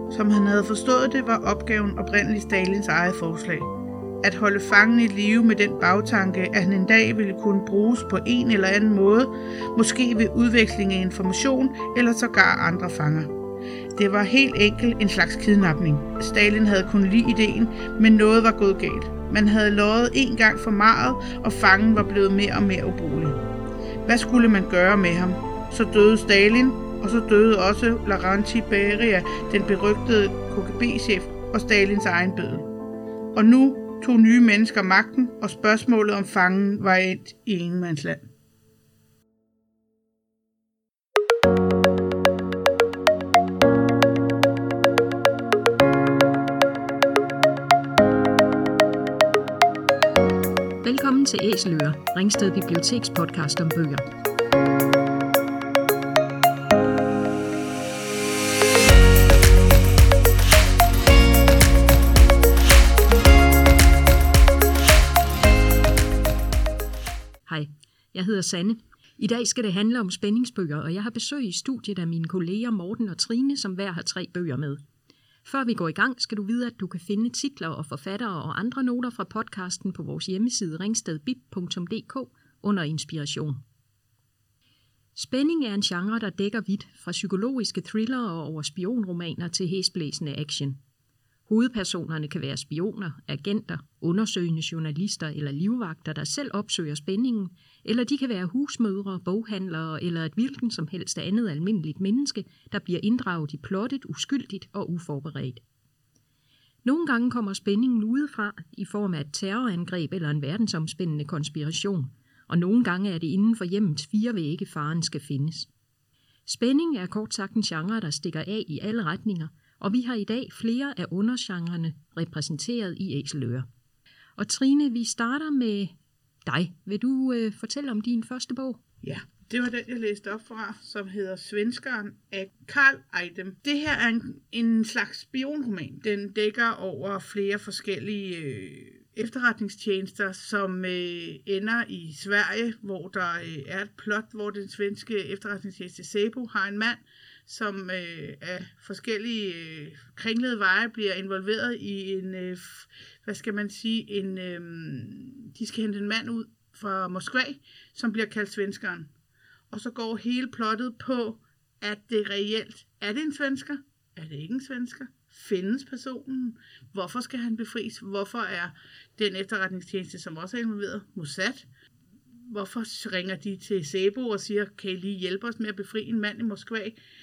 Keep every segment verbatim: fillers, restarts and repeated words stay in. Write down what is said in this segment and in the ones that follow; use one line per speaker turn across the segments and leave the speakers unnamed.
Som han havde forstået det, var opgaven oprindeligt Stalins eget forslag. At holde fangen i live med den bagtanke, at han en dag ville kunne bruges på en eller anden måde, måske ved udveksling af information eller sågar andre fanger. Det var helt enkelt en slags kidnapning. Stalin havde kun lide ideen, men noget var gået galt. Man havde løjet en gang for meget, og fangen var blevet mere og mere ubrugelig. Hvad skulle man gøre med ham? Så døde Stalin, og så døde også Lavrentiy Beria, den berygtede K G B-chef og Stalins egen bøddel. Og nu tog nye mennesker magten, og spørgsmålet om fangen var endt i ingenmandsland.
Velkommen til Æseløer, Ringsted Biblioteks podcast om bøger. Hej, jeg hedder Sanne. I dag skal det handle om spændingsbøger, og jeg har besøg i studiet af mine kolleger Morten og Trine, som hver har tre bøger med. Før vi går i gang, skal du vide, at du kan finde titler og forfattere og andre noter fra podcasten på vores hjemmeside ringstedbib punktum d k under inspiration. Spænding er en genre, der dækker vidt, fra psykologiske thrillere over spionromaner til hæsblæsende action. Hovedpersonerne kan være spioner, agenter, undersøgende journalister eller livvagter, der selv opsøger spændingen, eller de kan være husmødre, boghandlere eller et hvilken som helst andet almindeligt menneske, der bliver inddraget i plottet uskyldigt og uforberedt. Nogle gange kommer spændingen udefra i form af et terrorangreb eller en verdensomspændende konspiration, og nogle gange er det inden for hjemmets fire vægge, faren skal findes. Spænding er kort sagt en genre, der stikker af i alle retninger, og vi har i dag flere af undergenrerne repræsenteret i Æseløer. Og Trine, vi starter med dig. Vil du øh, fortælle om din første bog?
Ja, det var den, jeg læste op fra, som hedder Svenskeren af Carl Eidem. Det her er en, en slags spionroman. Den dækker over flere forskellige øh, efterretningstjenester, som øh, ender i Sverige, hvor der øh, er et plot, hvor den svenske efterretningstjeneste SÄPO har en mand, som øh, af forskellige øh, kringlede veje bliver involveret i en, øh, hvad skal man sige, en, øh, de skal hente en mand ud fra Moskva, som bliver kaldt Svenskeren. Og så går hele plottet på, at det reelt, er det en svensker? Er det ikke en svensker? Findes personen? Hvorfor skal han befries? Hvorfor er den efterretningstjeneste, som også er involveret, Mossad? Hvorfor ringer de til SÄPO og siger, kan I lige hjælpe os med at befri en mand i Moskva?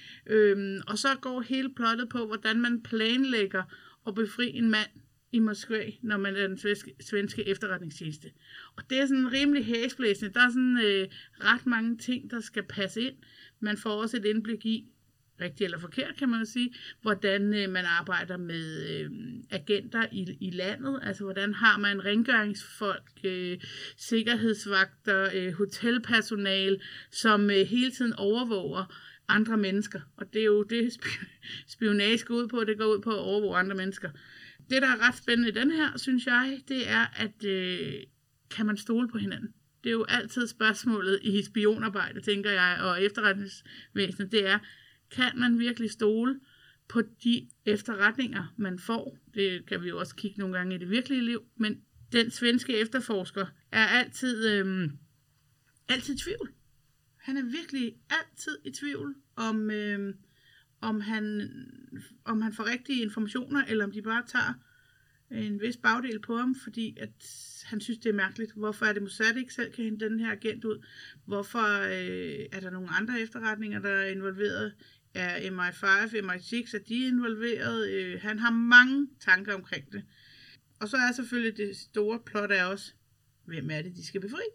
Øhm, og så går hele plottet på, hvordan man planlægger at befri en mand i Moskva, når man er den svenske, svenske efterretningstjeneste. Og det er sådan rimelig hæsblæsende. Der er sådan øh, ret mange ting, der skal passe ind. Man får også et indblik i, rigtigt eller forkert kan man jo sige, hvordan øh, man arbejder med øh, agenter i, i landet. Altså hvordan har man rengøringsfolk, øh, sikkerhedsvagter, øh, hotelpersonale, som øh, hele tiden overvåger andre mennesker. Og det er jo det, spionage går ud på, det går ud på at overvåge andre mennesker. Det, der er ret spændende i den her, synes jeg, det er, at øh, kan man stole på hinanden? Det er jo altid spørgsmålet i spionarbejde, tænker jeg, og efterretningsvæsenet, det er, kan man virkelig stole på de efterretninger, man får? Det kan vi jo også kigge nogle gange i det virkelige liv, men den svenske efterforsker er altid, øh, altid i tvivl. Han er virkelig altid i tvivl om, øh, om, han, om han får rigtige informationer, eller om de bare tager en vis bagdel på ham, fordi at han synes, det er mærkeligt. Hvorfor er det Mossad ikke selv kan hente den her agent ud? Hvorfor øh, er der nogle andre efterretninger, der er involveret? Er M I fem, M I seks, er de involveret? Øh, han har mange tanker omkring det. Og så er selvfølgelig det store plot er også, hvem er det, de skal befri?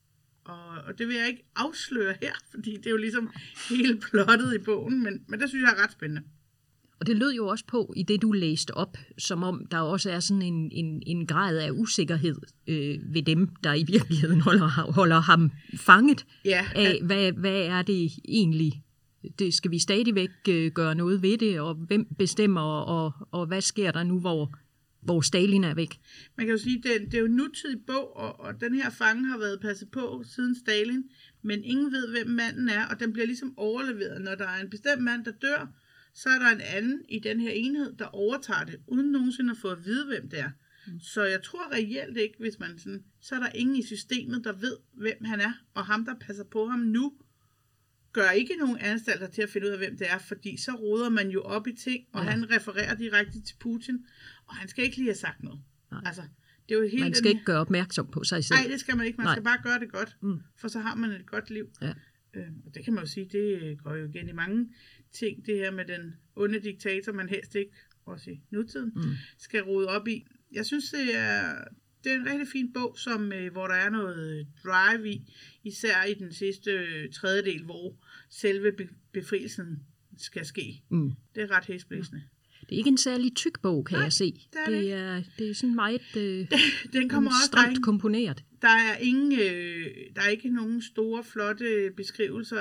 Og, og det vil jeg ikke afsløre her, fordi det er jo ligesom hele plottet i bogen, men, men det synes jeg er ret spændende.
Og det lød jo også på, i det du læste op, som om der også er sådan en, en, en grad af usikkerhed øh, ved dem, der i virkeligheden holder, holder ham fanget
ja,
af, hvad, hvad er det egentlig? Det skal vi stadigvæk øh, gøre noget ved det, og hvem bestemmer, og, og hvad sker der nu, hvor, hvor Stalin er væk?
Man kan jo sige, det, det er jo en nutidig bog, og, og den her fange har været passet på siden Stalin, men ingen ved, hvem manden er, og den bliver ligesom overleveret. Når der er en bestemt mand, der dør, så er der en anden i den her enhed, der overtager det, uden nogensinde at få at vide, hvem det er. Mm. Så jeg tror reelt ikke, hvis man sådan, så er der ingen i systemet, der ved, hvem han er, og ham, der passer på ham nu, gør ikke nogen anstalter til at finde ud af, hvem det er, fordi så roder man jo op i ting, og ja. Han refererer direkte til Putin, og han skal ikke lige have sagt noget. Nej. Altså, det er jo helt
man skal den... ikke gøre opmærksom på sig selv.
Nej, det skal man ikke. Man Nej. skal bare gøre det godt, mm. for så har man et godt liv. Ja. Øh, og det kan man jo sige, det går jo igen i mange ting, det her med den onde diktator, man helst ikke, også i nutiden, mm. skal rode op i. Jeg synes, det er, det er en rigtig fin bog, som, hvor der er noget drive i, især i den sidste tredjedel, hvor selve befrielsen skal ske. Mm. Det er ret hæsblæsende.
Det er ikke en særlig tyk bog, kan Nej, jeg se. Det er, det er, det er sådan meget øh,
den kommer også
stramt komponeret.
Der er, ingen, øh, der er ikke nogen store, flotte beskrivelser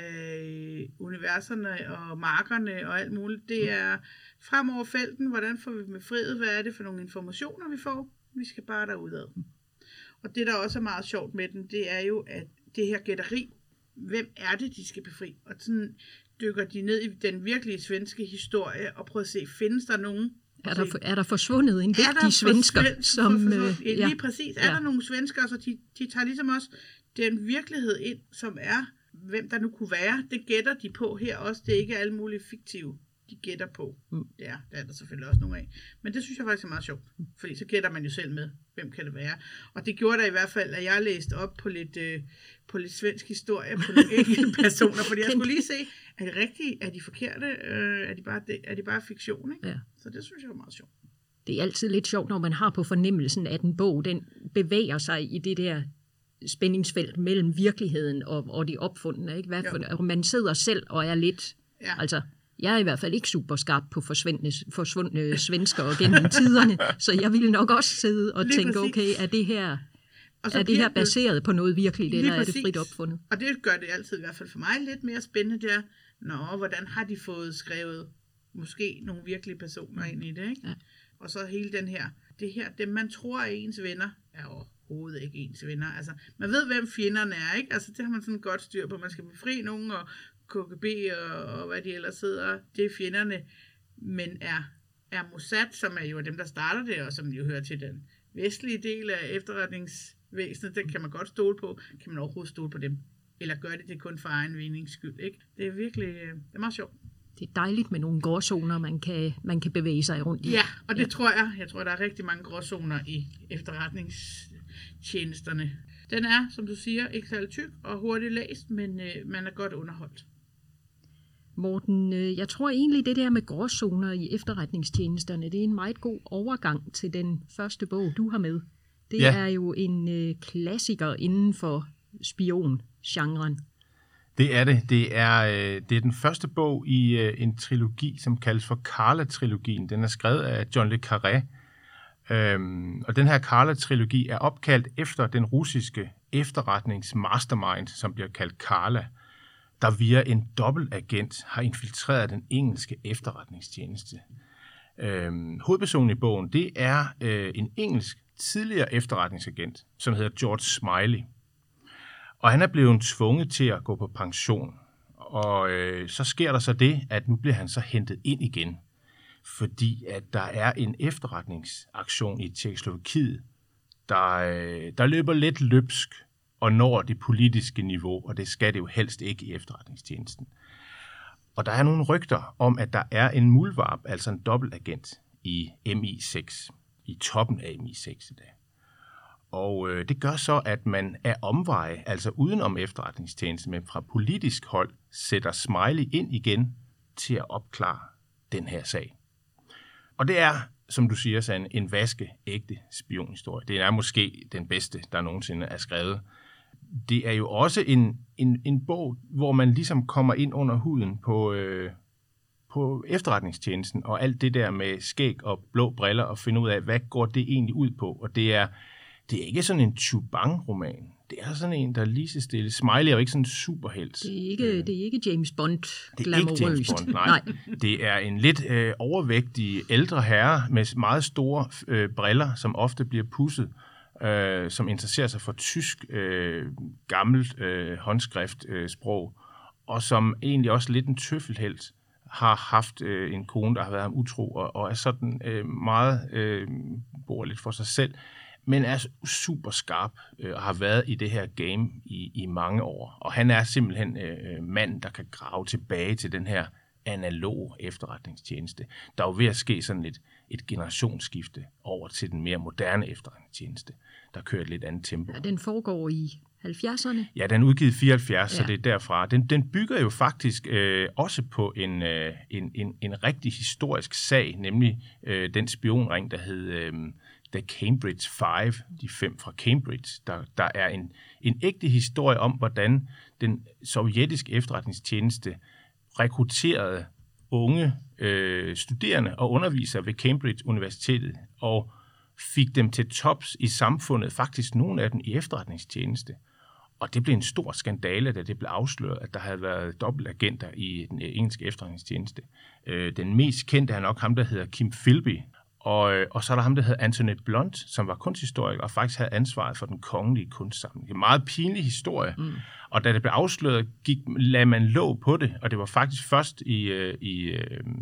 af universerne og markerne og alt muligt. Det er frem over felten, hvordan får vi befriet, hvad er det for nogle informationer, vi får. Vi skal bare derudad. Og det, der også er meget sjovt med den, det er jo, at det her gætteri, hvem er det, de skal befri? Og sådan dykker de ned i den virkelige svenske historie og prøver at se, findes der nogen?
Er der, for, er der forsvundet en vigtig svensker?
Forsvind,
som,
øh, ja. Lige præcis. Er ja. der nogle svenskere, så de, de tager ligesom også den virkelighed ind, som er, hvem der nu kunne være. Det gætter de på her også. Det er ikke alle mulige fiktive, de gætter på. Mm. Det er, det er der selvfølgelig også nogle af. Men det synes jeg faktisk er meget sjovt. Fordi så gætter man jo selv med, hvem kan det være. Og det gjorde der i hvert fald, at jeg læste op på lidt, øh, på lidt svensk historie, på nogle enkelte personer. Fordi jeg skulle lige se, er det rigtigt? Er de forkerte? Øh, er, de bare, er de bare fiktion? Ikke? Ja. Så det synes jeg var meget sjovt.
Det er altid lidt sjovt, når man har på fornemmelsen, at en bog, den bevæger sig i det der spændingsfelt mellem virkeligheden og, og det opfundne. Ikke? Hvad for, man sidder selv og er lidt... Ja. Altså, jeg er i hvert fald ikke super skarp på forsvundne, forsvundne svensker gennem tiderne, så jeg ville nok også sidde og lige tænke, præcis. Okay, er det her... Er det her baseret på noget virkeligt, eller er det frit opfundet?
Og det gør det altid, i hvert fald for mig, lidt mere spændende, der. Nå, hvordan har de fået skrevet måske nogle virkelige personer ind i det, ikke? Ja. Og så hele den her, det her, dem man tror er ens venner, er overhovedet ikke ens venner. Altså, man ved, hvem fjenderne er, ikke? Altså, det har man sådan godt styr på. Man skal befri nogen, og K G B og, og hvad de ellers sidder, det er fjenderne. Men er, er Mossad, som er jo dem, der starter det, og som jo hører til den vestlige del af efterretningsvæsenet, det kan man godt stole på. Kan man overhovedet stole på dem? Eller gør det det kun for egen vindings skyld, ikke? Det er virkelig, det er meget sjovt.
Det er dejligt med nogle gråzoner, man kan, man kan bevæge sig rundt i.
Ja, og det ja. tror jeg. Jeg tror, der er rigtig mange gråzoner i efterretningstjenesterne. Den er, som du siger, ikke særlig tyk og hurtigt læst, men øh, man er godt underholdt.
Morten, jeg tror egentlig, det der med gråzoner i efterretningstjenesterne, det er en meget god overgang til den første bog, du har med. Det ja. er jo en øh, klassiker inden for spion-genren.
Det er det. Det er, øh, det er den første bog i øh, en trilogi, som kaldes for Karla-trilogien. Den er skrevet af John le Carré. Øhm, og den her Karla-trilogi er opkaldt efter den russiske efterretningsmastermind, som bliver kaldt Karla, der via en dobbeltagent har infiltreret den engelske efterretningstjeneste. Øhm, hovedpersonen i bogen, det er øh, en engelsk tidligere efterretningsagent, som hedder George Smiley. Og han er blevet tvunget til at gå på pension. Og øh, så sker der så det, at nu bliver han så hentet ind igen. Fordi at der er en efterretningsaktion i Tjekkoslovakiet, der, øh, der løber lidt løbsk og når det politiske niveau, og det skal det jo helst ikke i efterretningstjenesten. Og der er nogle rygter om, at der er en muldvarp, altså en dobbeltagent i M I seks, i toppen af M I seks i dag. Og øh, det gør så, at man af omveje, altså udenom efterretningstjenesten, men fra politisk hold, sætter Smiley ind igen til at opklare den her sag. Og det er, som du siger, Sanne, en vaskeægte spionhistorie. Det er måske den bedste, der nogensinde er skrevet. Det er jo også en, en, en bog, hvor man ligesom kommer ind under huden på, øh, på efterretningstjenesten, og alt det der med skæg og blå briller, og finde ud af, hvad går det egentlig ud på. Og det er, det er ikke sådan en Chubang-roman. Det er sådan en, der lige så stille. Smiley er jo ikke sådan en superhelt.
Det er ikke, det er ikke James Bond.
Det er ikke James Bond, nej. nej. Det er en lidt øh, overvægtig ældre herre med meget store øh, briller, som ofte bliver pudset, øh, som interesserer sig for tysk, øh, gammelt øh, håndskriftsprog, øh, og som egentlig også lidt en tøffelhelt har haft øh, en kone, der har været ham utro, og, og er sådan øh, meget, øh, bor lidt for sig selv, men er super skarp øh, og har været i det her game i, i mange år. Og han er simpelthen øh, manden, der kan grave tilbage til den her analog efterretningstjeneste. Der er jo ved at ske sådan et, et generationsskifte over til den mere moderne efterretningstjeneste, der kører et lidt andet tempo.
Ja, den foregår i halvfjerdserne?
Ja, den er udgivet i fireoghalvfjerds, ja. Så det er derfra. Den, den bygger jo faktisk øh, også på en, øh, en, en, en rigtig historisk sag, nemlig øh, den spionring, der hed øh, The Cambridge Five, de fem fra Cambridge. Der, der er en, en ægte historie om, hvordan den sovjetiske efterretningstjeneste rekrutterede unge øh, studerende og undervisere ved Cambridge Universitetet og fik dem til tops i samfundet, faktisk nogle af dem i efterretningstjeneste. Og det blev en stor skandale, da det blev afsløret, at der havde været dobbeltagenter i den engelske efterretningstjeneste. Øh, den mest kendte er nok ham, der hedder Kim Philby, og, og så er der ham, der hedder Anthony Blunt, som var kunsthistoriker og faktisk havde ansvaret for den kongelige kunstsamling. En meget pinlig historie. Mm. Og da det blev afsløret, gik, lagde man låg på det, og det var faktisk først i, i,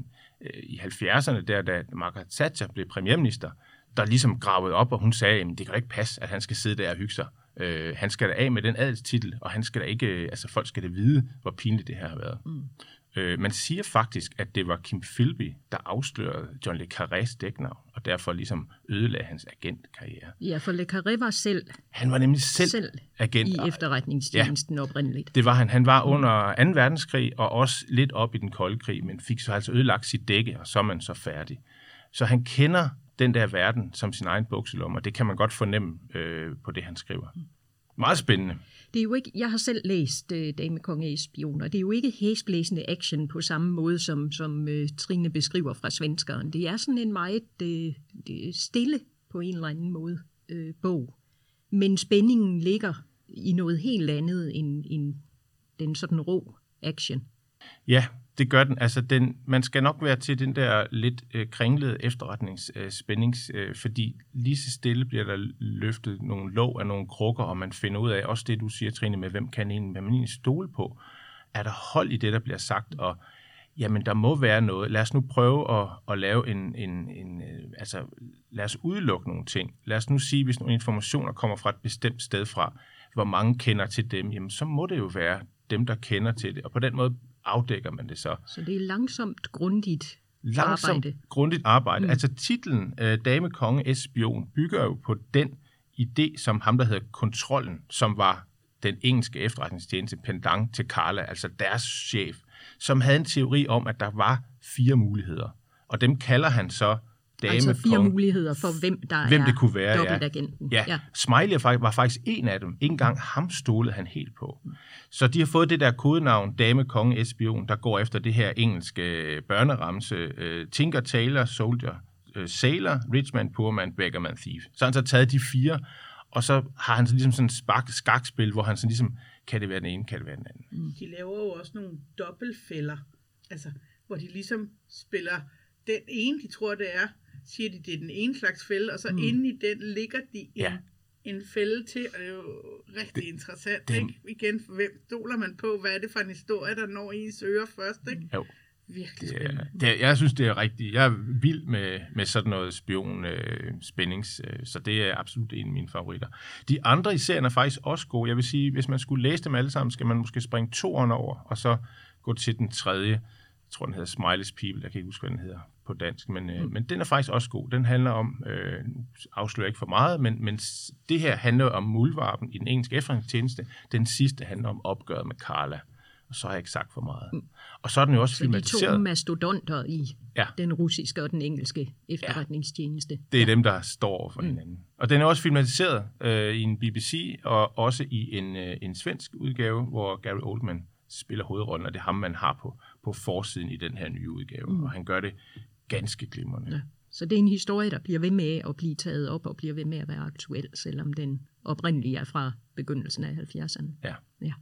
i halvfjerdserne, der da Margaret Thatcher blev premierminister, der ligesom gravede op, og hun sagde, at det kan da ikke passe, at han skal sidde der og hygge sig. Øh, han skal da af med den adelstitel, og han skal da ikke, altså folk skal da vide, hvor pinligt det her har været. Mm. Øh, man siger faktisk, at det var Kim Philby, der afslørede John le Carrés dæknavn, og derfor ligesom ødelagde hans agentkarriere.
Ja, for le Carré var selv,
han var nemlig selv, selv agent
i efterretningstjenesten ja, oprindeligt.
Det var han. Han var under anden verdenskrig, og også lidt op i den kolde krig, men fik så altså ødelagt sit dække, og så er man så færdig. Så han kender den der verden som sin egen bukselomme, og det kan man godt fornemme øh, på det, han skriver. Meget spændende.
Det er jo ikke, jeg har selv læst uh, Dame Konge Spioner. Det er jo ikke hæsblæsende action på samme måde, som, som uh, Trine beskriver fra Svenskeren. Det er sådan en meget uh, stille på en eller anden måde uh, bog. Men spændingen ligger i noget helt andet end, end den sådan rå action.
Ja, det gør den. Altså, den, man skal nok være til den der lidt øh, kringlede efterretningsspændings, øh, øh, fordi lige så stille bliver der løftet nogle låg af nogle krukker, og man finder ud af, også det du siger, Trine, med hvem kan en, hvad man egentlig stole på. Er der hold i det, der bliver sagt, og jamen, der må være noget. Lad os nu prøve at, at lave en, en, en øh, altså, lad os udelukke nogle ting. Lad os nu sige, hvis nogle informationer kommer fra et bestemt sted fra, hvor mange kender til dem, jamen, så må det jo være dem, der kender til det, og på den måde afdækker man det så.
Så det er langsomt, grundigt
langsomt,
arbejde.
grundigt arbejde. Mm. Altså titlen uh, Dame Konge Spion bygger jo på den idé, som ham, der hedder Kontrollen, som var den engelske efterretningstjeneste pendant til Carla, altså deres chef, som havde en teori om, at der var fire muligheder. Og dem kalder han så Dame
altså fire
Konge.
muligheder for, hvem der
hvem
er
det kunne være,
dobbeltagenten.
Ja. Ja. Ja. Smiley var faktisk en af dem. Ikke engang ham stolede han helt på. Så de har fået det der kodenavn, Dame Konge Spion, der går efter det her engelske børneramse, uh, Tinker, Tailor, Soldier, uh, Sailor, Richman, Poorman, Beggarman, Thief. Så han så taget de fire, og så har han så ligesom sådan et spark, skakspil, hvor han så ligesom, kan det være den ene, kan det være den anden.
Mm. De laver jo også nogle dobbeltfælder, altså, hvor de ligesom spiller den ene, de tror det er, siger de, det er den ene slags fælde, og så mm. inde i den ligger de en,
ja. en
fælde til, og det er jo rigtig det, interessant, det, ikke? Igen, for hvem stoler man på, hvad er det for en historie, der når i ører først, ikke?
Jo.
Virkelig spændende.
Det er, det er, jeg synes, det er rigtigt. Jeg er vild med, med sådan noget spion-spændings, øh, øh, så det er absolut en af mine favoritter. De andre i serien er faktisk også gode. Jeg vil sige, hvis man skulle læse dem alle sammen, skal man måske springe toeren over, og så gå til den tredje. Jeg tror, den hedder Smiley's People. Jeg kan ikke huske, hvad den hedder på dansk, men, øh, mm. men den er faktisk også god. Den handler om, øh, afslører ikke for meget, men, men det her handler om muldvarpen i den engelske efterretningstjeneste. Den sidste handler om opgøret med Carla. Og så har jeg ikke sagt for meget. Mm. Og så er den jo også så filmatiseret.
Så de to mastodonter i ja. den russiske og den engelske efterretningstjeneste.
Ja. Det er ja. dem, der står over for mm. hinanden. Og den er også filmatiseret øh, i en B B C, og også i en, øh, en svensk udgave, hvor Gary Oldman spiller hovedrollen, og det er ham, man har på, på forsiden i den her nye udgave. Mm. Og han gør det ganske glimrende. Ja.
Så det er en historie, der bliver ved med at blive taget op, og bliver ved med at være aktuel, selvom den oprindelige er fra begyndelsen af halvfjerdserne.
Ja.
Ja.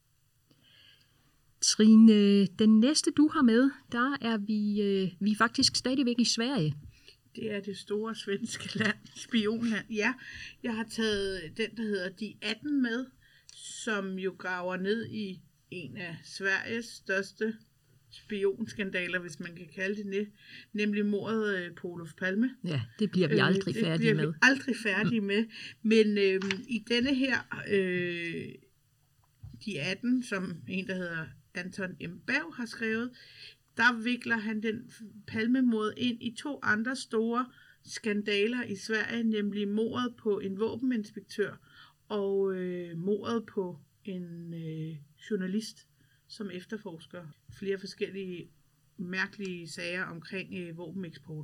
Trine, den næste du har med, der er vi, øh, vi er faktisk stadigvæk i Sverige.
Det er det store svenske land, spionland. Ja, jeg har taget den, der hedder De atten med, som jo graver ned i en af Sveriges største spionskandaler, hvis man kan kalde det det, nemlig mordet øh, på Olof Palme.
Ja, det bliver vi aldrig
øh,
færdige med.
Det bliver vi aldrig færdige med. Men øh, i denne her, øh, de atten, som en, der hedder Anton M. Berg har skrevet, der vikler han den Palmemord ind i to andre store skandaler i Sverige, nemlig mordet på en våbeninspektør og øh, mordet på en øh, journalist, som efterforsker flere forskellige mærkelige sager omkring øh, våbeneksport.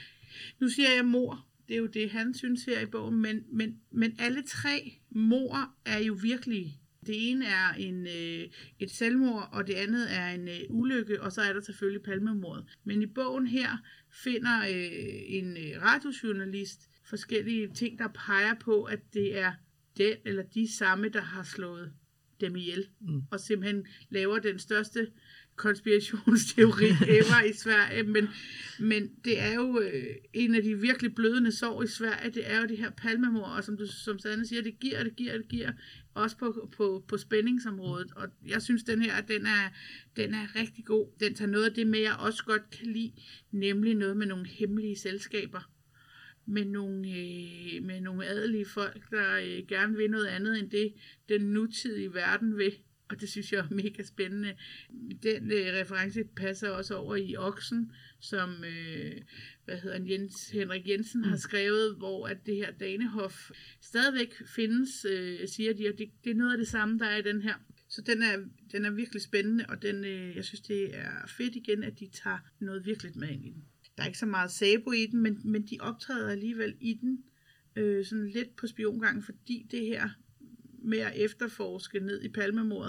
Nu siger jeg mord, det er jo det, han synes her i bogen, men, men, men alle tre mord er jo virkelige. Det ene er en, øh, et selvmord, og det andet er en øh, ulykke, og så er der selvfølgelig Palmemordet. Men i bogen her finder øh, en øh, radiojournalist forskellige ting, der peger på, at det er den eller de samme, der har slået dem ihjel. Mm. Og simpelthen laver den største konspirationsteori ever i Sverige. Men, men det er jo øh, en af de virkelig blødende sår i Sverige, det er jo det her Palmemord, og som du som Sanne siger, det giver, det giver, det giver, også på, på, på spændingsområdet. Og jeg synes, den her, den er, den er rigtig god. Den tager noget af det med, jeg også godt kan lide, nemlig noget med nogle hemmelige selskaber. Med nogle, øh, med nogle adelige folk, der øh, gerne vil noget andet end det, den nutidige verden vil. Og det synes jeg er mega spændende. Den øh, reference passer også over i Oksen, som øh, hvad hedder han, Jens, Henrik Jensen mm. har skrevet, hvor at det her Danehof stadigvæk findes, øh, siger de, og det, det er noget af det samme, der er i den her. Så den er, den er virkelig spændende, og den, øh, jeg synes, det er fedt igen, at de tager noget virkelig med ind i den. Der er ikke så meget sabo i den, men, men de optræder alligevel i den øh, sådan lidt på spiongangen, fordi det her med at efterforske ned i Palmemordet,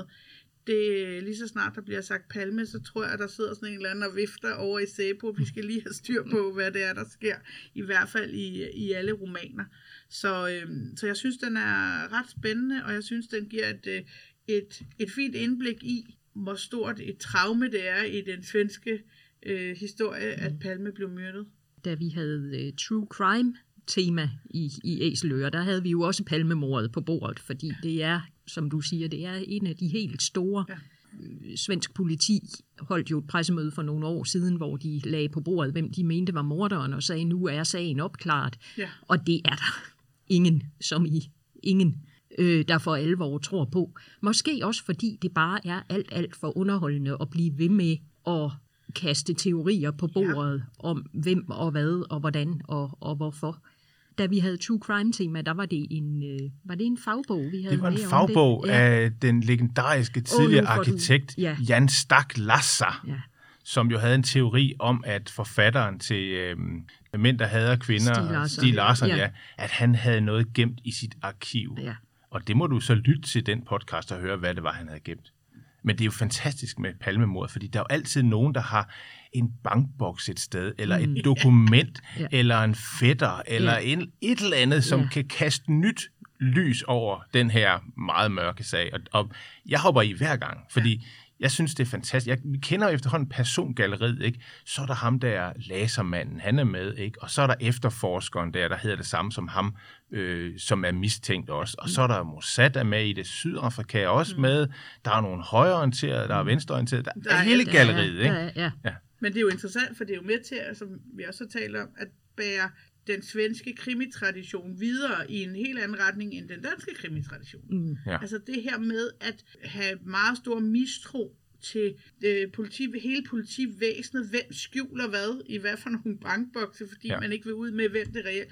det lige så snart der bliver sagt Palme, så tror jeg, at der sidder sådan en eller anden og vifter over i Sæbo. Vi skal lige have styr på, hvad det er, der sker, i hvert fald i, i alle romaner. Så, øhm, så jeg synes, den er ret spændende, og jeg synes, den giver et, et, et fint indblik i, hvor stort et traume det er i den svenske øh, historie, at Palme blev myrdet.
Da vi havde uh, True Crime tema i, i Æseløer, der havde vi jo også Palmemordet på bordet, fordi det er, som du siger, det er en af de helt store. Ja. Svensk politi holdt jo et pressemøde for nogle år siden, hvor de lagde på bordet, hvem de mente var morderen, og sagde, nu er sagen opklaret. Ja. Og det er der ingen, som i ingen, øh, der for alvor tror på. Måske også fordi det bare er alt, alt for underholdende at blive ved med at kaste teorier på bordet ja. om hvem og hvad og hvordan og, og hvorfor. Da vi havde True Crime-tema, der var det en, øh, var det en fagbog, vi havde.
Det var en fagbog ja. af den legendariske tidligere oh, arkitekt du... ja. Jan Stak Lasser, ja. som jo havde en teori om, at forfatteren til øh, Mænd, der hader kvinder, Stig Larsson, Stig Larsson ja. Ja, at han havde noget gemt i sit arkiv. Ja. Og det må du så lytte til den podcast og høre, hvad det var, han havde gemt. Men det er jo fantastisk med Palmemordet, fordi der er jo altid nogen, der har en bankboks et sted, eller et dokument, ja. eller en fætter, eller ja. en, et eller andet, som ja. kan kaste nyt lys over den her meget mørke sag. Og, og jeg hopper i hver gang, fordi ja. jeg synes, det er fantastisk. Jeg, vi kender efterhånden persongalleriet, ikke? Så er der ham der, lasermanden, han er med, ikke? Og så er der efterforskeren der, der hedder det samme som ham, øh, som er mistænkt også. Og så er der Mossad er med i det, Sydafrika er også mm. med, der er nogle højreorienterede, der er venstreorienterede, der, der er hele ja, galleriet, ja, ikke?
Ja, ja. Ja.
Men det er jo interessant, for det er jo med til, som vi også har talt om, at bære den svenske krimitradition videre i en helt anden retning end den danske krimitradition. Mm. Ja. Altså det her med at have meget stor mistro til øh, politi, hele politivæsenet, hvem skjuler hvad i hvad for nogle bankbokse, fordi ja. man ikke vil ud med, hvem det reelt.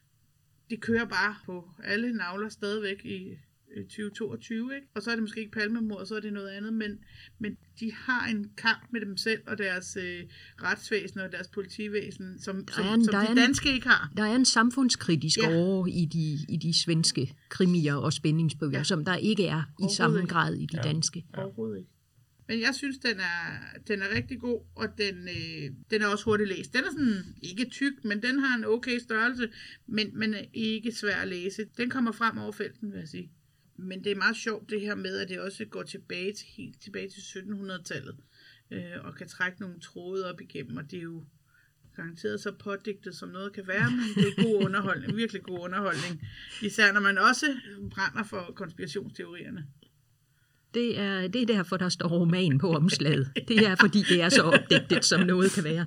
Det kører bare på alle navler stadigvæk i tyve toogtyve, ikke? Og så er det måske ikke Palmemord, så er det noget andet, men, men de har en kamp med dem selv og deres øh, retsvæsen og deres politivæsen, som, som, en, som de en, danske ikke har.
Der er en samfundskritisk ja. over i de, i de svenske krimier og spændingsbøger, ja. som der ikke er i samme ikke. grad i de ja. danske.
Ja. Overhovedet ikke. Men jeg synes, den er, den er rigtig god, og den, øh, den er også hurtigt læst. Den er sådan ikke tyk, men den har en okay størrelse, men, men er ikke svær at læse. Den kommer frem over felten, vil jeg sige. Men det er meget sjovt det her med, at det også går tilbage til, helt tilbage til syttenhundredetallet, øh, og kan trække nogle tråde op igennem, og det er jo garanteret så pådigtet, som noget kan være, men det er god underholdning, virkelig god underholdning, især når man også brænder for konspirationsteorierne.
Det er, det er derfor, der står roman på omslaget. Det er, fordi det er så opdigtet, som noget kan være.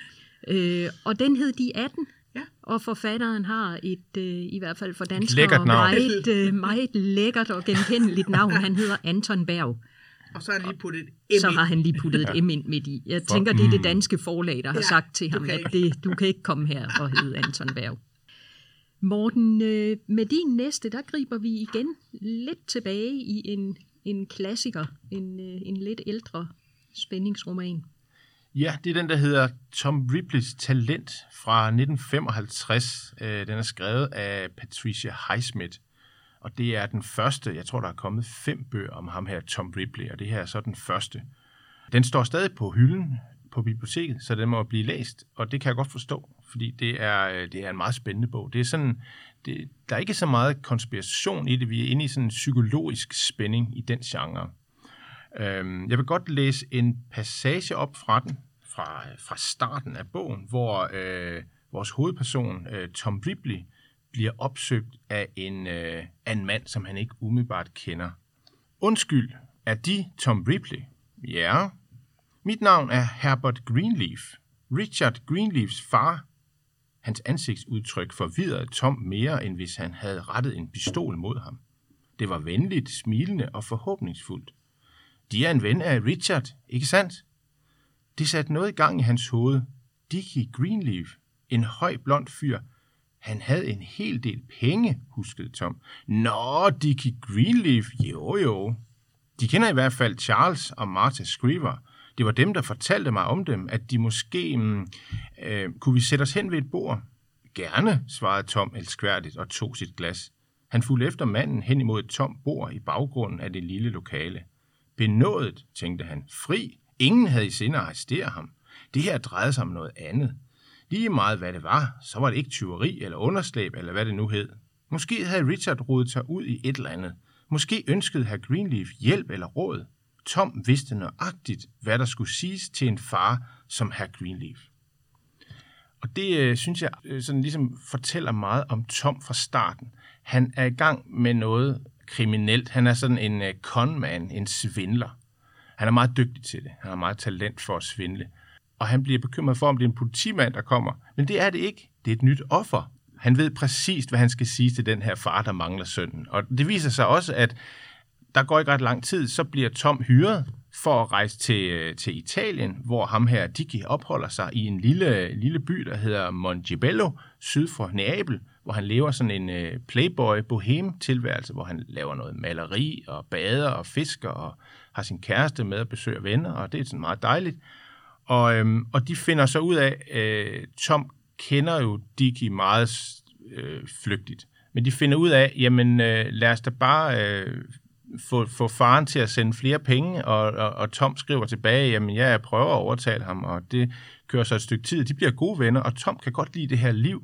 Øh, og den hed De atten.
Ja.
Og forfatteren har et, øh, i hvert fald for danskere,
lækkert navn.
meget, øh, meget lækkert og genkendeligt navn. Han hedder Anton Berg.
Og så har han lige puttet et M
Så
ind.
har han lige puttet et M ind midt i. Jeg tænker, det er det danske forlag, der har
Ja,
sagt til
du
ham,
kan
at
ikke.
det, du kan ikke komme her og hedde Anton Berg. Morten, øh, med din næste, der griber vi igen lidt tilbage i en, en klassiker, en, øh, en lidt ældre spændingsroman.
Ja, det er den, der hedder Tom Ripleys Talent fra nitten femoghalvtreds. Den er skrevet af Patricia Highsmith, og det er den første, jeg tror, der er kommet fem bøger om ham her, Tom Ripley, og det her er så den første. Den står stadig på hylden på biblioteket, så den må blive læst, og det kan jeg godt forstå, fordi det er, det er en meget spændende bog. Det er sådan, det, der er ikke så meget konspiration i det, vi er inde i sådan en psykologisk spænding i den genre. Jeg vil godt læse en passage op fra den, fra, fra starten af bogen, hvor øh, vores hovedperson, øh, Tom Ripley, bliver opsøgt af en, øh, af en mand, som han ikke umiddelbart kender. Undskyld, er de Tom Ripley? Ja. Mit navn er Herbert Greenleaf, Richard Greenleafs far. Hans ansigtsudtryk forvirrede Tom mere, end hvis han havde rettet en pistol mod ham. Det var venligt, smilende og forhåbningsfuldt. De er en ven af Richard, ikke sandt? Det satte noget i gang i hans hoved. Dickie Greenleaf, en høj blond fyr. Han havde en hel del penge, huskede Tom. Nå, Dickie Greenleaf, jo jo. De kender i hvert fald Charles og Martha Screever. Det var dem, der fortalte mig om dem, at de måske... Mm, øh, kunne vi sætte os hen ved et bord? Gerne, svarede Tom elskværdigt og tog sit glas. Han fulgte efter manden hen imod et tomt bord i baggrunden af det lille lokale. Benådet, tænkte han. Fri. Ingen havde i sinde at arrestere ham. Det her drejede sig om noget andet. Lige meget hvad det var, så var det ikke tyveri eller underslæb eller hvad det nu hed. Måske havde Richard rodet sig ud i et eller andet. Måske ønskede herr Greenleaf hjælp eller råd. Tom vidste nøjagtigt, hvad der skulle siges til en far som herr Greenleaf. Og det øh, synes jeg øh, sådan ligesom fortæller meget om Tom fra starten. Han er i gang med noget kriminelt. Han er sådan en øh, conman, en svindler. Han er meget dygtig til det. Han har meget talent for at svindle. Og han bliver bekymret for, om det er en politimand, der kommer. Men det er det ikke. Det er et nyt offer. Han ved præcis, hvad han skal sige til den her far, der mangler sønnen. Og det viser sig også, at der går ikke ret lang tid, så bliver Tom hyret for at rejse til, til Italien, hvor ham her, Dickie, opholder sig i en lille, lille by, der hedder Montebello, syd for Neapel, hvor han lever sådan en uh, playboy-bohem-tilværelse, hvor han laver noget maleri og bader og fisker og har sin kæreste med og besøger venner, og det er sådan meget dejligt. Og, øhm, og de finder så ud af, øh, Tom kender jo Dickie meget øh, flygtigt, men de finder ud af, jamen øh, lad os da bare øh, få, få faren til at sende flere penge, og, og, og Tom skriver tilbage, jamen ja, jeg prøver at overtale ham, og det kører så et stykke tid. De bliver gode venner, og Tom kan godt lide det her liv,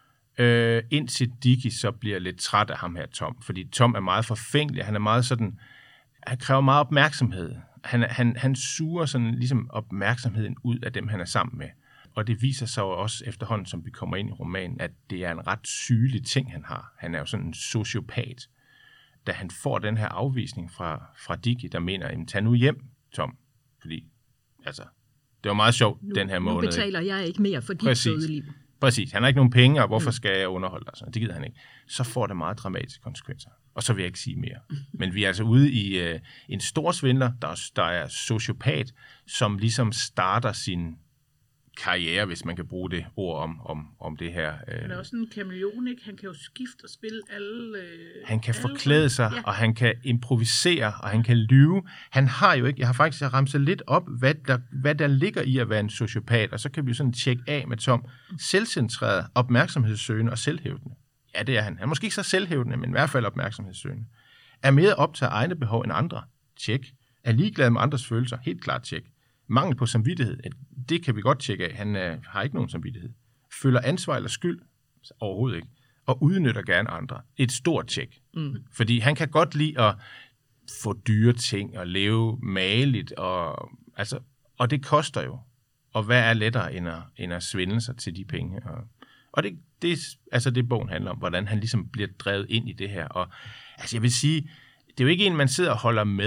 øh, indtil Dickie så bliver lidt træt af ham her, Tom, fordi Tom er meget forfængelig, han er meget sådan, han kræver meget opmærksomhed. Han, han, han suger sådan ligesom opmærksomheden ud af dem, han er sammen med. Og det viser sig jo også efterhånden, som vi kommer ind i romanen, at det er en ret sygelig ting, han har. Han er jo sådan en sociopat. Da han får den her afvisning fra, fra Dickie, der mener, jamen tag nu hjem, Tom. Fordi, altså, det var meget sjovt
nu,
den her måned.
Nu betaler jeg ikke mere for dit søde liv.
Præcis. Han har ikke nogen penge, og hvorfor skal jeg underholde dig? Det gider han ikke. Så får det meget dramatiske konsekvenser. Og så vil jeg ikke sige mere. Men vi er altså ude i uh, en stor svindler, der, der er sociopat, som ligesom starter sin karriere, hvis man kan bruge det ord om, om, om det her. Uh,
han er også en kameleon, ikke? Han kan jo skifte og spille alle... Uh,
han kan
alle
forklæde sig, ja. Og han kan improvisere, og han kan lyve. Han har jo ikke... Jeg har faktisk ramset lidt op, hvad der, hvad der ligger i at være en sociopat, og så kan vi sådan tjekke af med Tom. Selvcentreret, opmærksomhedssøgende og selvhævdende. Ja, det er han. Han er måske ikke så selvhævdende, men i hvert fald opmærksomhedssøgende. Er mere optaget af egne behov end andre. Tjek. Er ligeglad med andres følelser. Helt klart tjek. Mangel på samvittighed. Det kan vi godt tjekke af. Han øh, har ikke nogen samvittighed. Føler ansvar eller skyld. Overhovedet ikke. Og udnytter gerne andre. Et stort tjek. Mm. Fordi han kan godt lide at få dyre ting og leve mageligt. Og, altså, og det koster jo. Og hvad er lettere end at, end at svindle sig til de penge? Og, og det, det, altså det bogen handler om, hvordan han ligesom bliver drevet ind i det her. Og altså jeg vil sige, det er jo ikke en, man sidder og holder med,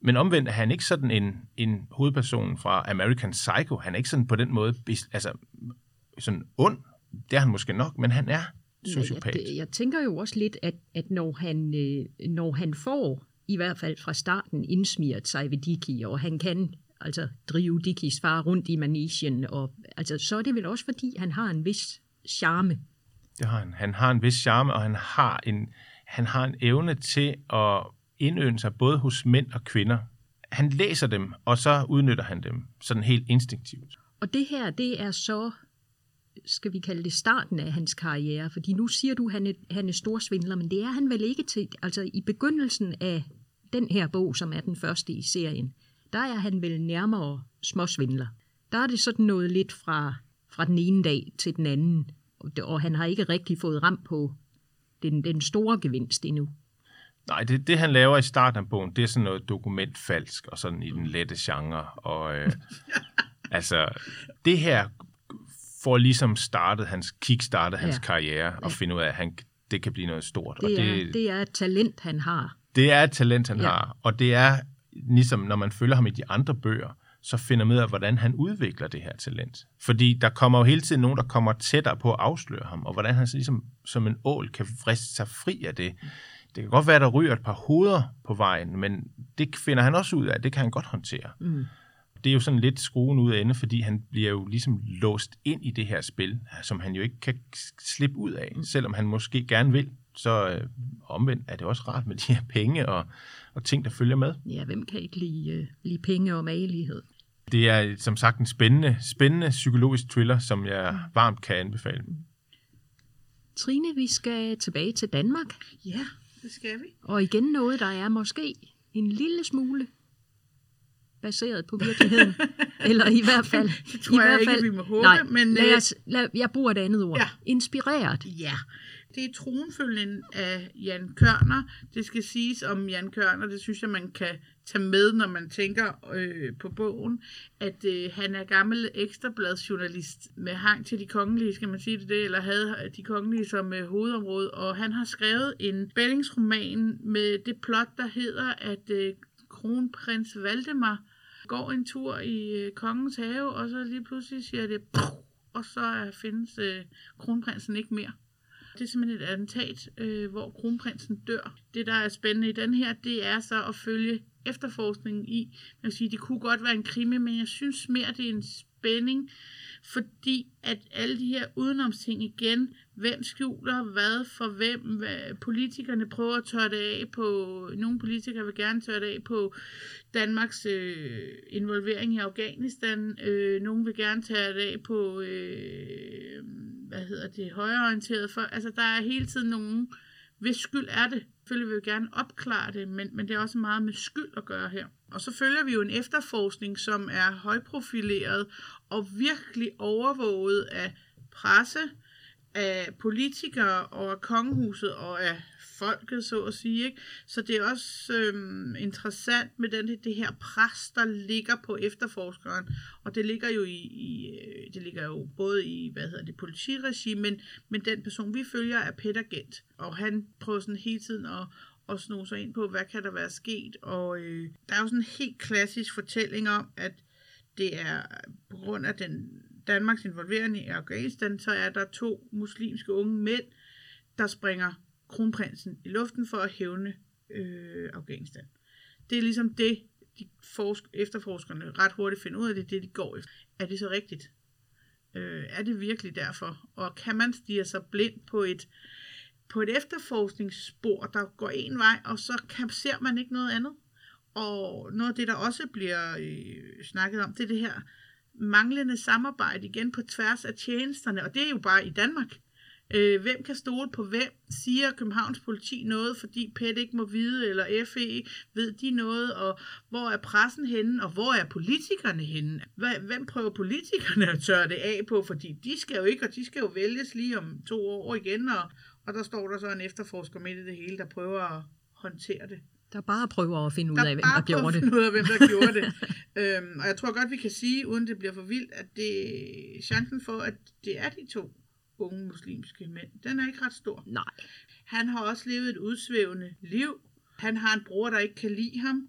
Men omvendt er han ikke sådan en, en hovedperson fra American Psycho. Han er ikke sådan på den måde altså, sådan ond. Det er han måske nok, men han er sociopat.
Jeg, jeg tænker jo også lidt, at, at når, han, øh, når han får, i hvert fald fra starten, indsmiret sig ved Dickie, og han kan altså drive Dickies far rundt i manegen, og, altså, så er det vel også, fordi han har en vis charme.
Det har han. Han har en vis charme, og han har en, han har en evne til at indøve sig både hos mænd og kvinder. Han læser dem, og så udnytter han dem sådan helt instinktivt.
Og det her, det er så, skal vi kalde det, starten af hans karriere, fordi nu siger du, at han er, han er storsvindler, men det er han vel ikke til, altså i begyndelsen af den her bog, som er den første i serien, der er han vel nærmere småsvindler. Der er det sådan noget lidt fra, fra den ene dag til den anden, og han har ikke rigtig fået ramt på den, den store gevinst endnu.
Nej, det, det han laver i starten af bogen, det er sådan noget dokumentfalsk og sådan i den lette genre. Og øh, altså, det her får ligesom startet hans, kickstartet hans ja. karriere og ja. finde ud af, at han, det kan blive noget stort.
Det,
og
er,
det,
det er et talent, han har.
Det er et talent, han ja. har. Og det er ligesom, når man følger ham i de andre bøger, så finder man ud af, hvordan han udvikler det her talent. Fordi der kommer jo hele tiden nogen, der kommer tættere på at afsløre ham, og hvordan han så ligesom som en ål kan vriste sig fri af det. Det kan godt være, at der ryger et par hoveder på vejen, men det finder han også ud af, det kan han godt håndtere. Mm. Det er jo sådan lidt skruen ud af ende, fordi han bliver jo ligesom låst ind i det her spil, som han jo ikke kan slippe ud af, mm. selvom han måske gerne vil. Så øh, omvendt er det også rart med de her penge og, og ting, der følger med.
Ja, hvem kan ikke lide, øh, lide penge og magelighed?
Det er som sagt en spændende, spændende psykologisk thriller, som jeg varmt kan anbefale.
Trine, vi skal tilbage til Danmark.
Ja, det skal vi.
Og igen noget, der er måske en lille smule baseret på virkeligheden. Eller i hvert fald...
Det tror
i
jeg
hvert
ikke,
fald,
vi må håbe.
Nej,
men,
lad os, lad, jeg bruger et andet ord.
Ja.
Inspireret.
Ja, det er tronfølgen af Jan Kørner. Det skal siges om Jan Kørner, det synes jeg, man kan tage med, når man tænker øh, på bogen, at øh, han er gammel ekstrabladsjournalist med hang til de kongelige, skal man sige det, det eller havde de kongelige som øh, hovedområde, og han har skrevet en spændingsroman med det plot, der hedder, at øh, kronprins Valdemar går en tur i øh, kongens have, og så lige pludselig siger det, og så er, findes øh, kronprinsen ikke mere. Det er simpelthen et attentat, øh, hvor kronprinsen dør. Det, der er spændende i den her, det er så at følge efterforskningen i. Man kan sige, det kunne godt være en krimi, men jeg synes mere, det er en spænding, fordi at alle de her udenomsting igen, hvem skjuler hvad for hvem, hvad, politikerne prøver at tørre det af på, nogle politikere vil gerne tørre det af på Danmarks øh, involvering i Afghanistan, øh, nogle vil gerne tage det af på, øh, hvad hedder det, højreorienteret for, altså der er hele tiden nogen, hvis skyld er det. Selvfølgelig vil vi gerne opklare det, men, men det er også meget med skyld at gøre her. Og så følger vi jo en efterforskning, som er højprofileret og virkelig overvåget af presse, af politikere og af kongehuset og af folket, så at sige. Ikke? Så det er også øhm, interessant med den, det her pres, der ligger på efterforskeren. Og det ligger jo i, i det ligger jo både i, hvad hedder det, politiregi, men, men den person, vi følger, er Peter Gent. Og han prøver sådan hele tiden at, at sno sig ind på, hvad kan der være sket. Og øh, der er jo sådan en helt klassisk fortælling om, at det er på grund af den Danmarks involvering i Afghanistan, så er der to muslimske unge mænd, der springer kronprinsen i luften for at hævne øh, Afghanistan. Det er ligesom det, de forsk- efterforskerne ret hurtigt finder ud af, det er det, de går efter. Er det så rigtigt? Øh, er det virkelig derfor? Og kan man stirre sig blind på et, på et efterforskningsspor, der går en vej, og så kan, ser man ikke noget andet? Og noget af det, der også bliver øh, snakket om, det er det her manglende samarbejde igen på tværs af tjenesterne, og det er jo bare i Danmark. Øh, hvem kan stole på hvem? Siger Københavns politi noget, fordi P E T ikke må vide, eller F E ved de noget, og hvor er pressen henne, og hvor er politikerne henne? Hvem prøver politikerne at tørre det af på, fordi de skal jo ikke, og de skal jo vælges lige om to år igen, og, og der står der så en efterforsker midt i det hele, der prøver at håndtere det.
Der bare prøver at finde ud af, hvem der gjorde det.
Der bare finde ud af, hvem der gjorde det. øhm, og jeg tror godt, vi kan sige, uden det bliver for vildt, at det chancen for, at det er de to unge muslimske mænd, den er ikke ret stor.
Nej.
Han har også levet et udsvævende liv. Han har en bror, der ikke kan lide ham.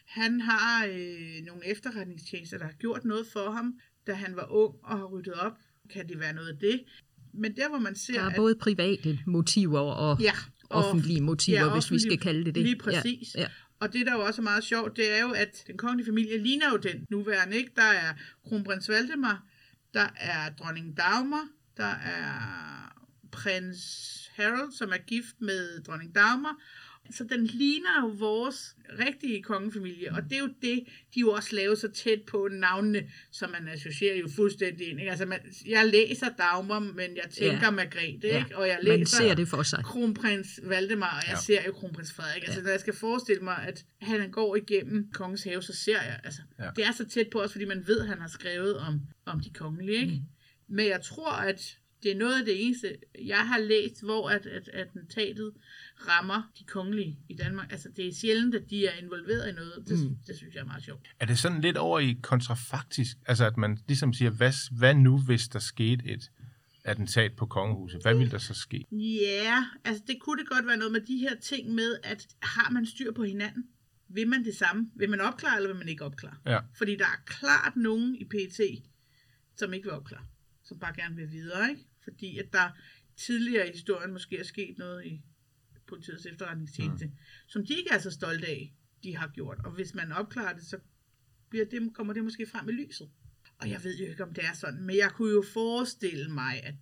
Han har øh, nogle efterretningstjenester, der har gjort noget for ham, da han var ung og har ryddet op. Kan det være noget af det? Men der, hvor man ser...
Der er både private motiver og
ja, og,
offentlige motiver,
ja,
hvis vi skal kalde det det.
Lige præcis. Ja, ja. Og det, der jo også er meget sjovt, det er jo, at den kongelige familie ligner jo den nuværende, ikke? Der er kronprins Valdemar, der er dronning Dagmar, der er prins Harold, som er gift med dronning Dagmar. Så den ligner jo vores rigtige kongefamilie, og det er jo det, de jo også laver så tæt på navnene, så man associerer jo fuldstændig ind. Ikke? Altså, man, jeg læser Dagmar, men jeg tænker ja. Margrethe,
ja.
ikke? Og jeg læser
man ser det for sig.
Kronprins Valdemar, og jeg ja. ser jo kronprins Frederik. Altså, ja. Når jeg skal forestille mig, at han går igennem kongens have, så ser jeg, altså, ja. det er så tæt på os, fordi man ved, at han har skrevet om, om de kongelige, ikke? Mm. Men jeg tror, at det er noget af det eneste, jeg har læst, hvor at, at, at attentatet rammer de kongelige i Danmark. Altså, det er sjældent, at de er involveret i noget. Det, mm. det synes jeg er meget sjovt.
Er det sådan lidt over i kontrafaktisk? Altså, at man ligesom siger, hvad, hvad nu, hvis der skete et attentat på kongehuset? Hvad ville der så ske?
Ja, altså, det kunne det godt være noget med de her ting med, at har man styr på hinanden? Vil man det samme? Vil man opklare, eller vil man ikke opklare?
Ja.
Fordi der er klart nogen i P E T, som ikke vil opklare. Som bare gerne vil videre, ikke? Fordi at der tidligere i historien måske er sket noget i politiets efterretningstjeneste, mm. som de ikke er så stolte af, de har gjort. Og hvis man opklarer det, så bliver det, kommer det måske frem i lyset. Og jeg ved jo ikke, om det er sådan, men jeg kunne jo forestille mig, at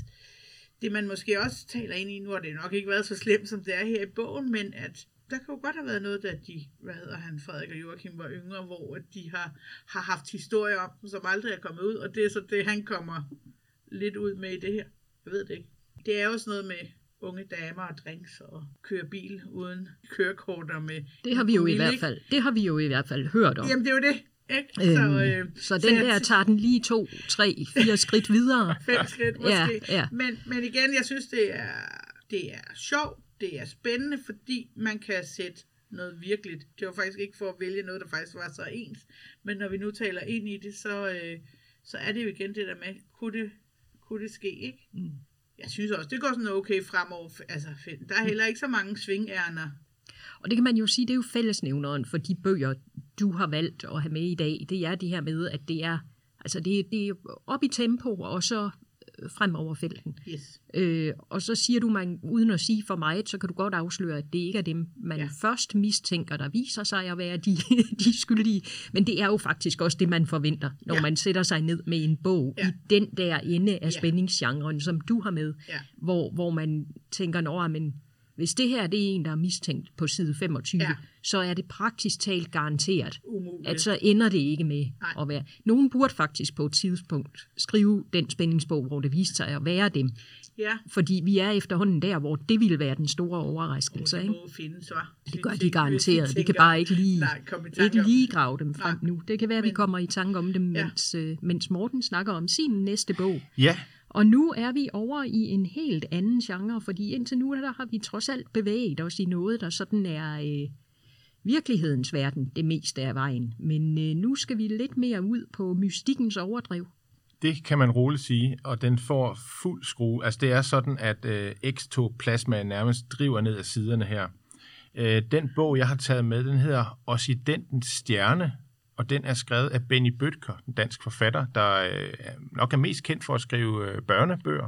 det man måske også taler ind i, nu har det nok ikke været så slemt, som det er her i bogen, men at der kan jo godt have været noget, da de, hvad hedder han, Frederik og Joachim var yngre, hvor de har, har haft historier om, som aldrig er kommet ud, og det er så det, han kommer lidt ud med i det her. Jeg ved det ikke. Det er jo sådan noget med unge damer og drinks og køre bil uden kørekort og med...
Det har vi jo i hvert fald, det har vi jo i hvert fald hørt om.
Jamen det er jo det. Ikke?
Øhm, så, øh, så den så der tager den lige to, tre, fire skridt videre.
Fem skridt måske.
Ja, ja.
Men, men igen, jeg synes, det er, det er sjovt. Det er spændende, fordi man kan sætte noget virkeligt. Det var faktisk ikke for at vælge noget, der faktisk var så ens. Men når vi nu taler ind i det, så, øh, så er det jo igen det der med, kunne det, kunne det ske, ikke? Mm. Jeg synes også, det går sådan okay fremover. Altså, der er heller ikke så mange svingærner.
Og det kan man jo sige, det er jo fællesnævneren for de bøger, du har valgt at have med i dag. Det er det her med, at det er, altså det, det er op i tempo, og så frem over felten.
Yes.
Øh, og så siger du, man, uden at sige for meget, så kan du godt afsløre, at det ikke er dem, man ja. først mistænker, der viser sig at være de, de skyldige. Men det er jo faktisk også det, man forventer, når ja. man sætter sig ned med en bog ja. i den der ende af ja. spændingsgenren, som du har med, ja. hvor, hvor man tænker, nå, men hvis det her det er en, der er mistænkt på side femogtyve, ja. så er det praktisk talt garanteret, umuligt. At så ender det ikke med Nej. at være. Nogen burde faktisk på et tidspunkt skrive den spændingsbog, hvor det viste sig at være dem.
Ja.
Fordi vi er efterhånden der, hvor det ville være den store overraskelse.
Oh, det må
ikke?
findes, hva'?
Det gør de garanteret. Vi kan bare ikke lige, Nej, ikke lige grave dem frem Nej. nu. Det kan være, at vi kommer i tanke om dem, ja. mens, øh, mens Morten snakker om sin næste bog.
Ja.
Og nu er vi over i en helt anden genre, fordi indtil nu der har vi trods alt bevæget os i noget, der sådan er øh, virkelighedens verden det meste af vejen. Men øh, nu skal vi lidt mere ud på mystikkens overdrev.
Det kan man roligt sige, og den får fuld skrue. Altså det er sådan, at øh, ektoplasmaen nærmest driver ned ad siderne her. Øh, den bog, jeg har taget med, den hedder Occidentens Stjerne, og den er skrevet af Benny Bødker, en dansk forfatter, der øh, nok er mest kendt for at skrive øh, børnebøger.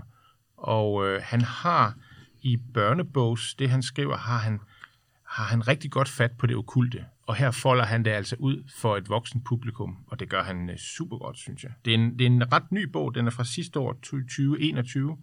Og øh, han har i børnebogs, det han skriver, har han, har han rigtig godt fat på det okkulte. Og her folder han det altså ud for et voksen publikum, og det gør han øh, super godt, synes jeg. Det er, en, det er en ret ny bog, den er fra sidste år, tyve enogtyve.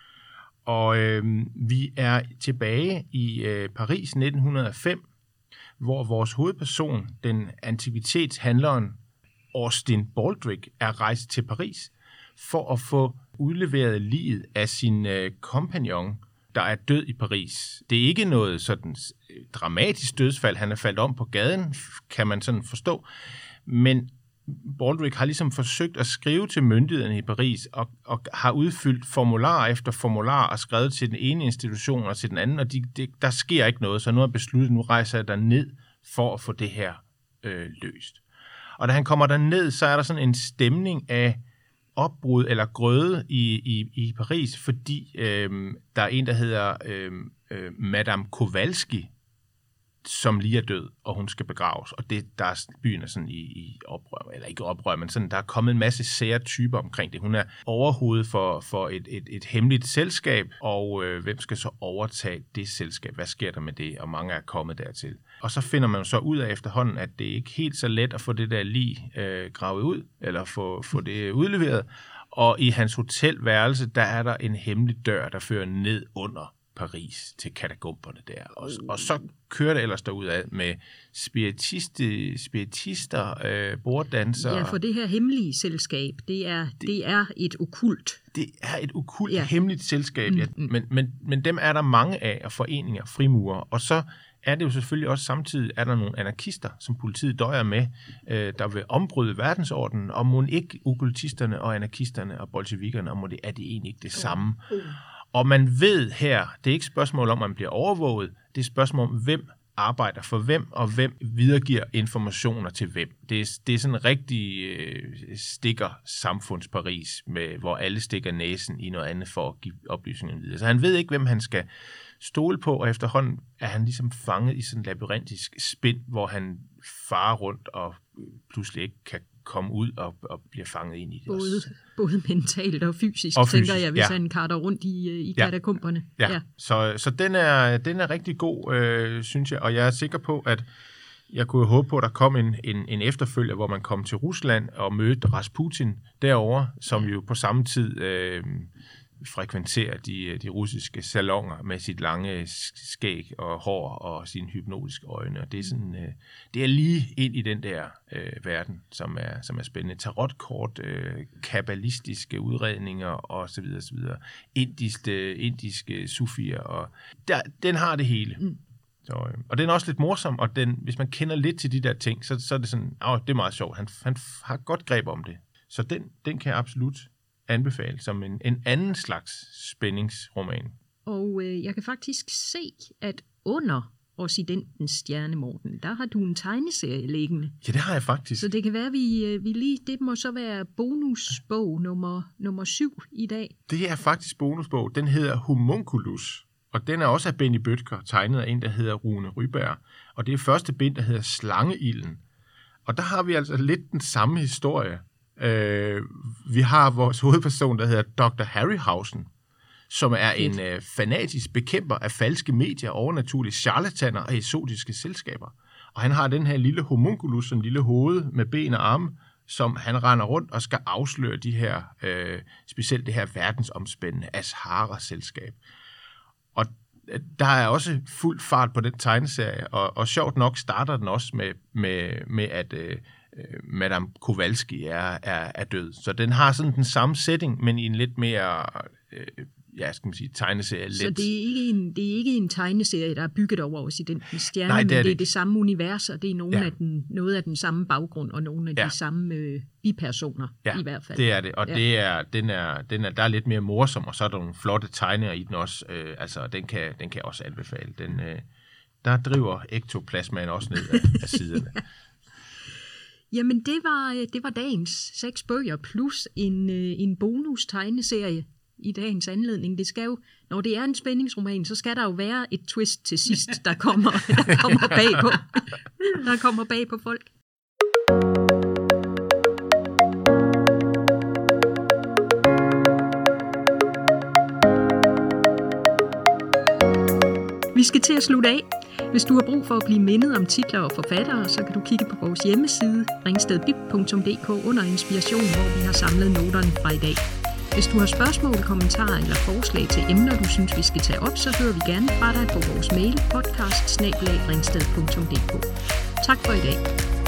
Og øh, vi er tilbage i øh, Paris nitten hundrede og fem, hvor vores hovedperson, den antikvitetshandleren Austin Baldrick, er rejst til Paris for at få udleveret liget af sin øh, kompagnon, der er død i Paris. Det er ikke noget sådan dramatisk dødsfald, han er faldet om på gaden, kan man sådan forstå, men Baldrick har ligesom forsøgt at skrive til myndighederne i Paris, og, og har udfyldt formular efter formular, og skrevet til den ene institution og til den anden, og de, de, der sker ikke noget, så nu har besluttet, nu rejser jeg der ned for at få det her øh, løst. Og da han kommer derned, så er der sådan en stemning af opbrud eller grøde i, i, i Paris, fordi øh, der er en, der hedder øh, øh, Madame Kowalski, som lige er død, og hun skal begraves. Og det, der er byen er sådan i, i oprør, eller ikke oprør, men sådan, der er kommet en masse sære typer omkring det. Hun er overhovedet for, for et, et, et hemmeligt selskab, og øh, hvem skal så overtage det selskab? Hvad sker der med det? Og mange er kommet dertil. Og så finder man så ud af efterhånden, at det ikke er helt så let at få det der lig øh, gravet ud, eller få, få det udleveret. Og i hans hotelværelse, der er der en hemmelig dør, der fører ned under Paris til katakomberne der. Og, og så kører det ellers derudad med spiritiste, spiritister, øh, borddansere.
Ja, for det her hemmelige selskab, det er, det, det er et okkult.
Det er et okkult,
ja.
hemmeligt selskab, ja. Men, men, men dem er der mange af, og foreninger, frimurer. Og så er det jo selvfølgelig også samtidig, er der nogle anarkister, som politiet døjer med, øh, der vil ombryde verdensordenen, og må ikke okkultisterne og anarkisterne og bolsjevikerne, og må det, er det egentlig ikke det samme. Uh. Uh. Og man ved her, det er ikke et spørgsmål om, at man bliver overvåget, det er et spørgsmål om, hvem arbejder for hvem, og hvem videregiver informationer til hvem. Det er, det er sådan en rigtig øh, stikker samfundsparis, med, hvor alle stikker næsen i noget andet for at give oplysninger videre. Så han ved ikke, hvem han skal stole på, og efterhånden er han ligesom fanget i sådan en labyrintisk spind, hvor han farer rundt og pludselig ikke kan komme ud og, og bliver fanget ind i det.
Både, både mentalt og fysisk,
og fysisk,
tænker jeg, hvis
ja.
han karter rundt i, i katakomberne.
Ja, ja. ja. Så, så den, er, den er rigtig god, øh, synes jeg, og jeg er sikker på, at jeg kunne håbe på, at der kom en, en, en efterfølger, hvor man kom til Rusland og mødte Rasputin derovre, som jo på samme tid øh, frekventerer de, de russiske salonger med sit lange skæg og hår og sine hypnotiske øjne. Og det er sådan, øh, det er lige ind i den der øh, verden, som er, som er spændende. Tarotkort, øh, kabbalistiske udredninger og så videre, så videre. Indiske, indiske sufier, og der, den har det hele. Mm. Så, øh, og den er også lidt morsom, og den, hvis man kender lidt til de der ting, så, så er det sådan, åh, det er meget sjovt. Han, han har godt greb om det. Så den, den kan jeg absolut anbefale som en, en anden slags spændingsroman.
Og øh, jeg kan faktisk se, at under Occidentens stjerne, Morten, der har du en tegneserie liggende.
Ja, det har jeg faktisk.
Så det kan være, vi, vi lige, det må så være bonusbog nummer, nummer syv i dag.
Det er faktisk bonusbog. Den hedder Homunculus, og den er også af Benny Bødker, tegnet af en, der hedder Rune Ryberg. Og det er første bind, der hedder Slangeilden. Og der har vi altså lidt den samme historie. Øh, vi har vores hovedperson, der hedder doktor Harryhausen, som er en øh, fanatisk bekæmper af falske medier, overnaturlige charlataner og eksotiske selskaber. Og han har den her lille homunculus, en lille hoved med ben og arme, som han render rundt og skal afsløre de her, øh, specielt det her verdensomspændende Ashara-selskab. Og der er også fuld fart på den tegneserie, og, og sjovt nok starter den også med, med, med at øh, Madame Kowalski er, er, er død. Så den har sådan den samme setting, men i en lidt mere, øh, ja, skal man sige, tegneserie.
Så det er, ikke en, det er ikke en tegneserie, der er bygget over Occidentens stjerne,
Nej, det er
men det er
det.
det samme univers, og det er nogle
ja.
af den, noget af den samme baggrund, og nogle af ja. de samme øh, bipersoner
ja,
i hvert fald.
det er det, og
ja.
det er, den er, den er, der er lidt mere morsom, og så er der nogle flotte tegninger i den også, øh, altså den kan, den kan jeg også anbefale. Den, øh, der driver ektoplasmaen også ned af, af siderne.
Jamen, det var, det var dagens seks bøger, plus en, en bonus-tegneserie i dagens anledning. Det skal jo, når det er en spændingsroman, så skal der jo være et twist til sidst, der kommer, der kommer bag på, der kommer bag på folk. Vi skal til at slutte af. Hvis du har brug for at blive mindet om titler og forfattere, så kan du kigge på vores hjemmeside ringstedbib punktum d k under inspiration, hvor vi har samlet noterne fra i dag. Hvis du har spørgsmål, kommentarer eller forslag til emner, du synes, vi skal tage op, så hører vi gerne fra dig på vores mail podcast snabel-a ringsted punktum d k. Tak for i dag.